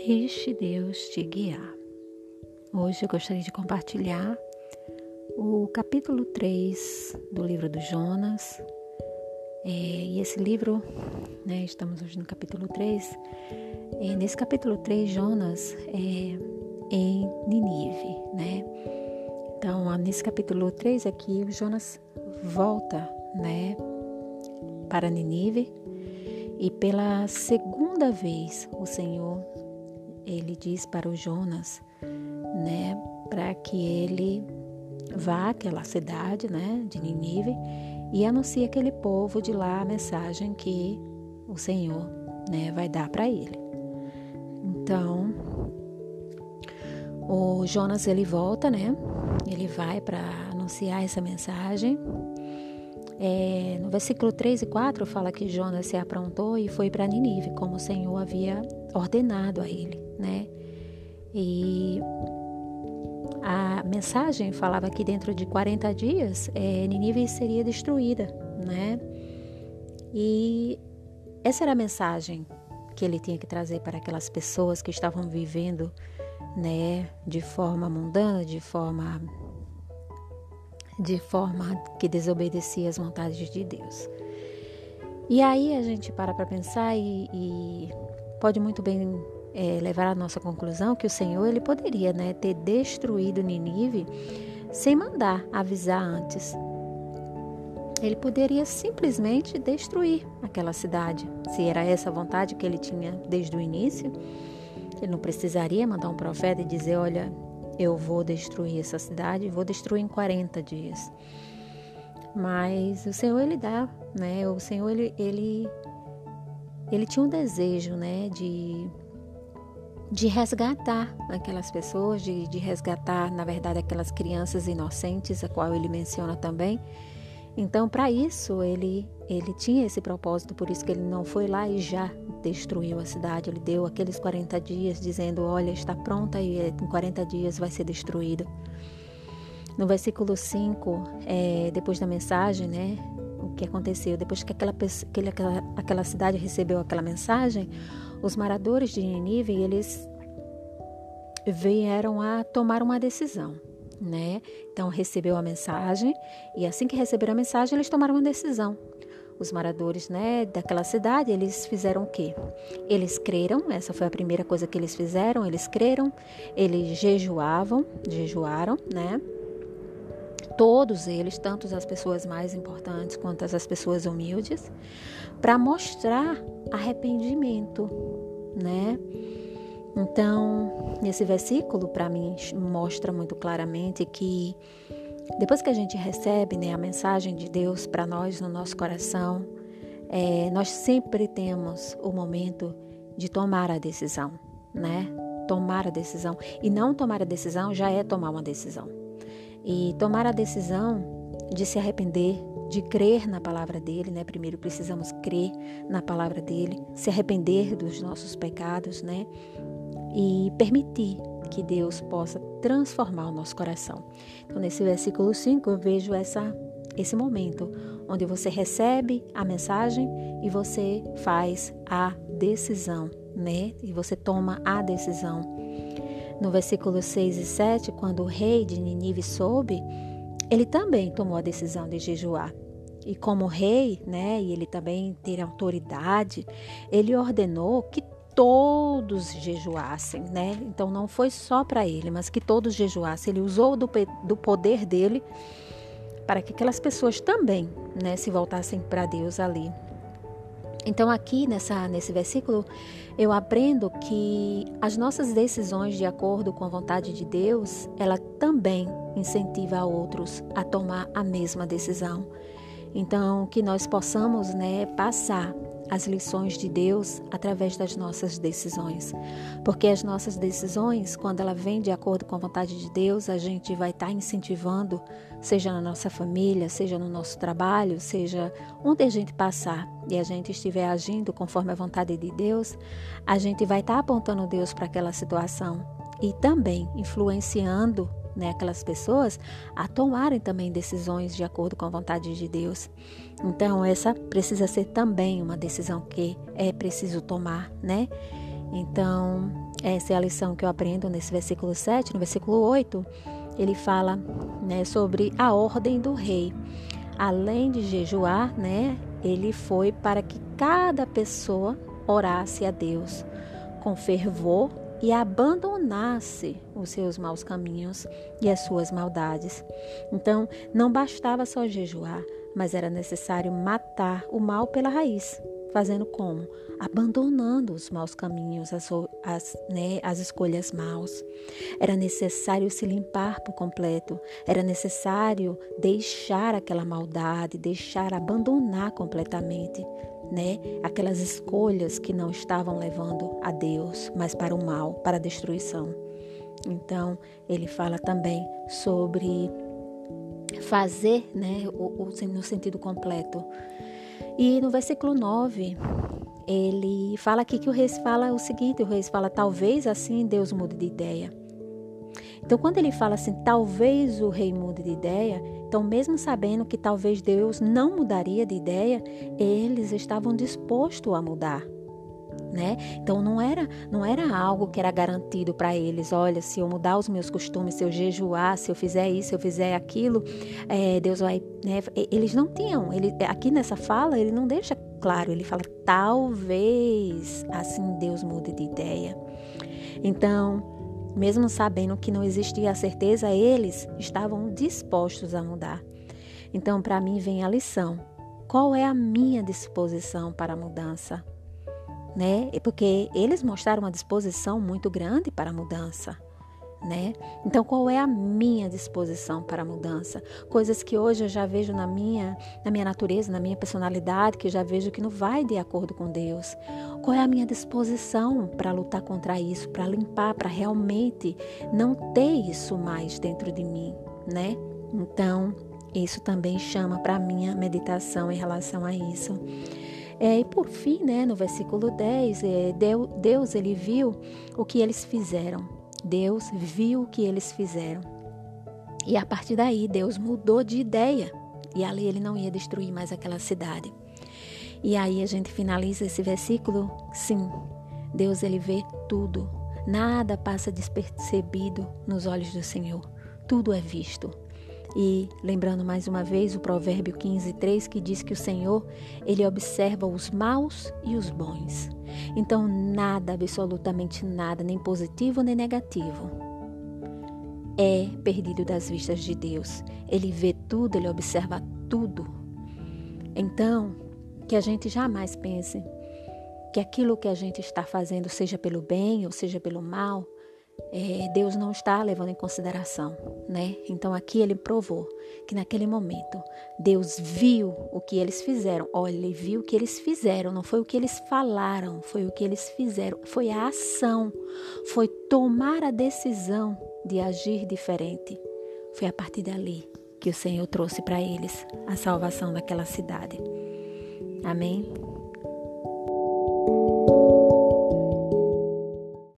Deixe Deus te guiar. Hoje eu gostaria de compartilhar o capítulo 3 do livro do Jonas. E esse livro, estamos hoje no capítulo 3. Nesse capítulo 3, Jonas é em Nínive, Então, nesse capítulo 3 aqui, o Jonas volta, para Nínive. E pela segunda vez, o Senhor, ele diz para o Jonas, para que ele vá àquela cidade, de Nínive, e anuncie aquele povo de lá a mensagem que o Senhor, vai dar para ele. Então, o Jonas, ele volta, ele vai para anunciar essa mensagem. No versículo 3 e 4 fala que Jonas se aprontou e foi para Nínive, como o Senhor havia ordenado a ele, E a mensagem falava que dentro de 40 dias Nínive seria destruída, E essa era a mensagem que ele tinha que trazer para aquelas pessoas que estavam vivendo, de forma mundana, de forma que desobedecia às vontades de Deus. E aí a gente para pensar e pode muito bem levar à nossa conclusão que o Senhor, ele poderia, ter destruído Nínive sem mandar avisar antes. Ele poderia simplesmente destruir aquela cidade, se era essa a vontade que ele tinha desde o início. Ele não precisaria mandar um profeta e dizer, olha, eu vou destruir essa cidade, vou destruir em 40 dias. Mas o Senhor, ele dá, O Senhor, ele tinha um desejo, de resgatar aquelas pessoas, de resgatar, na verdade, aquelas crianças inocentes, a qual ele menciona também. Então, para isso, ele tinha esse propósito, por isso que ele não foi lá e já destruiu a cidade. Ele deu aqueles 40 dias dizendo, olha, está pronta e em 40 dias vai ser destruída. No versículo 5, depois da mensagem, o que aconteceu? Depois que aquela cidade recebeu aquela mensagem, os moradores de Nínive, eles vieram a tomar uma decisão. Então recebeu a mensagem e assim que receberam a mensagem eles tomaram uma decisão. Os moradores, daquela cidade, eles fizeram o quê? Eles creram, essa foi a primeira coisa que eles fizeram, eles creram, eles jejuaram, todos eles, tanto as pessoas mais importantes quanto as pessoas humildes, para mostrar arrependimento, Então, nesse versículo, para mim, mostra muito claramente que depois que a gente recebe, a mensagem de Deus para nós no nosso coração, nós sempre temos o momento de tomar a decisão, Tomar a decisão. E não tomar a decisão já é tomar uma decisão. E tomar a decisão de se arrepender, de crer na palavra dele, Primeiro precisamos crer na palavra dele, se arrepender dos nossos pecados, E permitir que Deus possa transformar o nosso coração. Então, nesse versículo 5, eu vejo esse momento onde você recebe a mensagem e você faz a decisão, E você toma a decisão. No versículo 6 e 7, quando o rei de Nínive soube, ele também tomou a decisão de jejuar. E como rei, e ele também ter autoridade, ele ordenou que todos jejuassem, Então não foi só para ele, mas que todos jejuassem. Ele usou do poder dele para que aquelas pessoas também, se voltassem para Deus ali. Então aqui nesse versículo eu aprendo que as nossas decisões de acordo com a vontade de Deus, ela também incentiva a outros a tomar a mesma decisão. Então que nós possamos, passar as lições de Deus através das nossas decisões. Porque as nossas decisões, quando ela vem de acordo com a vontade de Deus, a gente vai estar incentivando, seja na nossa família, seja no nosso trabalho, seja onde a gente passar e a gente estiver agindo conforme a vontade de Deus, a gente vai estar apontando Deus para aquela situação e também influenciando aquelas pessoas a tomarem também decisões de acordo com a vontade de Deus. Então essa precisa ser também uma decisão que é preciso tomar, Então, essa é a lição que eu aprendo nesse versículo 7. No versículo 8, ele fala, né, sobre a ordem do rei. Além de jejuar, né, ele foi para que cada pessoa orasse a Deus com fervor e abandonasse os seus maus caminhos e as suas maldades. Então, não bastava só jejuar, mas era necessário matar o mal pela raiz. Fazendo como? Abandonando os maus caminhos, as escolhas maus. Era necessário se limpar por completo. Era necessário deixar aquela maldade, abandonar completamente, né? Aquelas escolhas que não estavam levando a Deus, mas para o mal, para a destruição. Então, ele fala também sobre fazer, né, no sentido completo. E no versículo 9, ele fala aqui que o rei fala o seguinte, o rei fala, talvez assim Deus mude de ideia. Então, quando ele fala assim, talvez o rei mude de ideia, então mesmo sabendo que talvez Deus não mudaria de ideia, eles estavam dispostos a mudar, né? Então não era algo que era garantido para eles. Olha, se eu mudar os meus costumes, se eu jejuar, se eu fizer isso, se eu fizer aquilo, Deus vai, né? Eles não tinham, aqui nessa fala ele não deixa claro, ele fala talvez assim Deus mude de ideia. Então, mesmo sabendo que não existia a certeza, eles estavam dispostos a mudar. Então, para mim vem a lição. Qual é a minha disposição para a mudança? Né? Porque eles mostraram uma disposição muito grande para a mudança, né? Então, qual é a minha disposição para a mudança? Coisas que hoje eu já vejo na minha natureza, na minha personalidade, que eu já vejo que não vai de acordo com Deus. Qual é a minha disposição para lutar contra isso, para limpar, para realmente não ter isso mais dentro de mim, né? Então, isso também chama para a minha meditação em relação a isso. E por fim, né, no versículo 10, Deus ele viu o que eles fizeram. Deus viu o que eles fizeram. E a partir daí, Deus mudou de ideia. E ali ele não ia destruir mais aquela cidade. E aí a gente finaliza esse versículo. Sim, Deus ele vê tudo. Nada passa despercebido nos olhos do Senhor. Tudo é visto. E lembrando mais uma vez o provérbio 15:3 que diz que o Senhor, ele observa os maus e os bons. Então nada, absolutamente nada, nem positivo nem negativo, é perdido das vistas de Deus. Ele vê tudo, ele observa tudo. Então, que a gente jamais pense que aquilo que a gente está fazendo, seja pelo bem ou seja pelo mal, Deus não está levando em consideração, né? Então aqui ele provou que naquele momento Deus viu o que eles fizeram. Olha, ele viu o que eles fizeram, não foi o que eles falaram, foi o que eles fizeram, foi a ação, foi tomar a decisão de agir diferente. Foi a partir dali que o Senhor trouxe para eles a salvação daquela cidade. Amém?